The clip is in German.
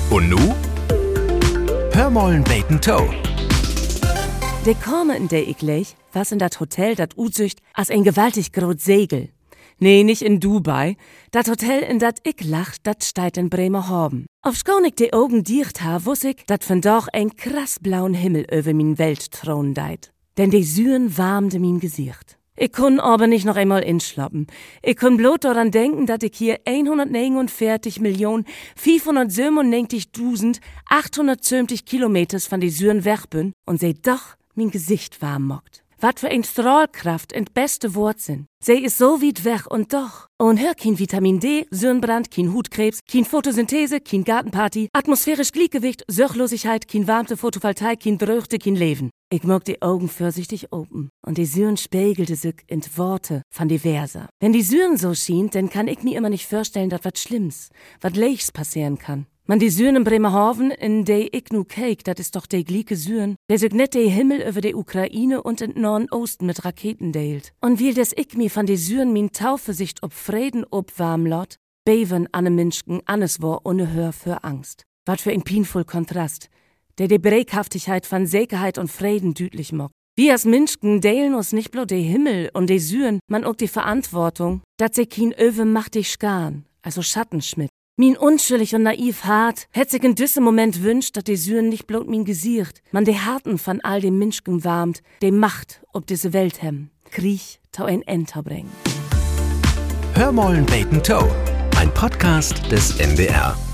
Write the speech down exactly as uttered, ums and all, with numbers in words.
Und nu? Hör mollen beten Toe. De Korme, in der ich leg, was in dat Hotel dat Utsicht als ein gewaltig groß Segel. Nee, nicht in Dubai. Dat Hotel, in dat ich lacht, dat steigt in Bremerhaven. Aufschon ich de Augen dicht ha, wuss ich, dat von doch ein krass blauen Himmel über min Welt thron deit. Denn de Süren warmte min Gesicht. Ich kun aber nicht noch einmal inschlappen. Ich kun bloß daran denken, dass ich hier hundertneunundvierzig Millionen fünfhundertsiebenundneunzigtausendachthundertzwanzig Kilometers von de Süren weg bin und sie doch min Gesicht warm mockt. Wat für ein Strahlkraft in beste Wurzeln. Sie ist so weit weg und doch. Und hör kein Vitamin D, Sonnenbrand, kein Hutkrebs, kein Photosynthese, kein Gartenparty, atmosphärisch Gleichgewicht, Suchtlosigkeit, kein warmte Photovoltaik, kein Dröchte, kein Leben. Ich mag die Augen vorsichtig open und die Süren spiegelte sich in Worte von die Verse. Wenn die Süren so schien, dann kann ich mir immer nicht vorstellen, dass was Schlimms, was Leichs passieren kann. Man die Süren in Bremerhaven, in de ich nu keek, dat is doch de glieke Süren, der sich net de Himmel über de Ukraine und in Nordosten mit Raketen deilt. Und wie des ich mi von de Süren min Taufesicht ob Frieden obwarm lot, beven anne Minschken annes war ohne Hör für Angst. Wat für ein pinvoll Kontrast, der de Breghaftigkeit von Sicherheit und Frieden dütlich mock. Wir als Minschken deilen uns nicht bloß de Himmel und de Süren, man auch die Verantwortung, dat se kin öwe machtig skarn, also Schattenschmidt. Min unschuldig und naiv hart, hätt sich in diesem Moment wünscht, dat die Süren nicht bloß min Gesicht, man de Harten von all dem Minschken warmt, de Macht ob diese Welt hem, Krieg tau ein Enter bringen. Hör mollen beten Toe, ein Podcast des N D R.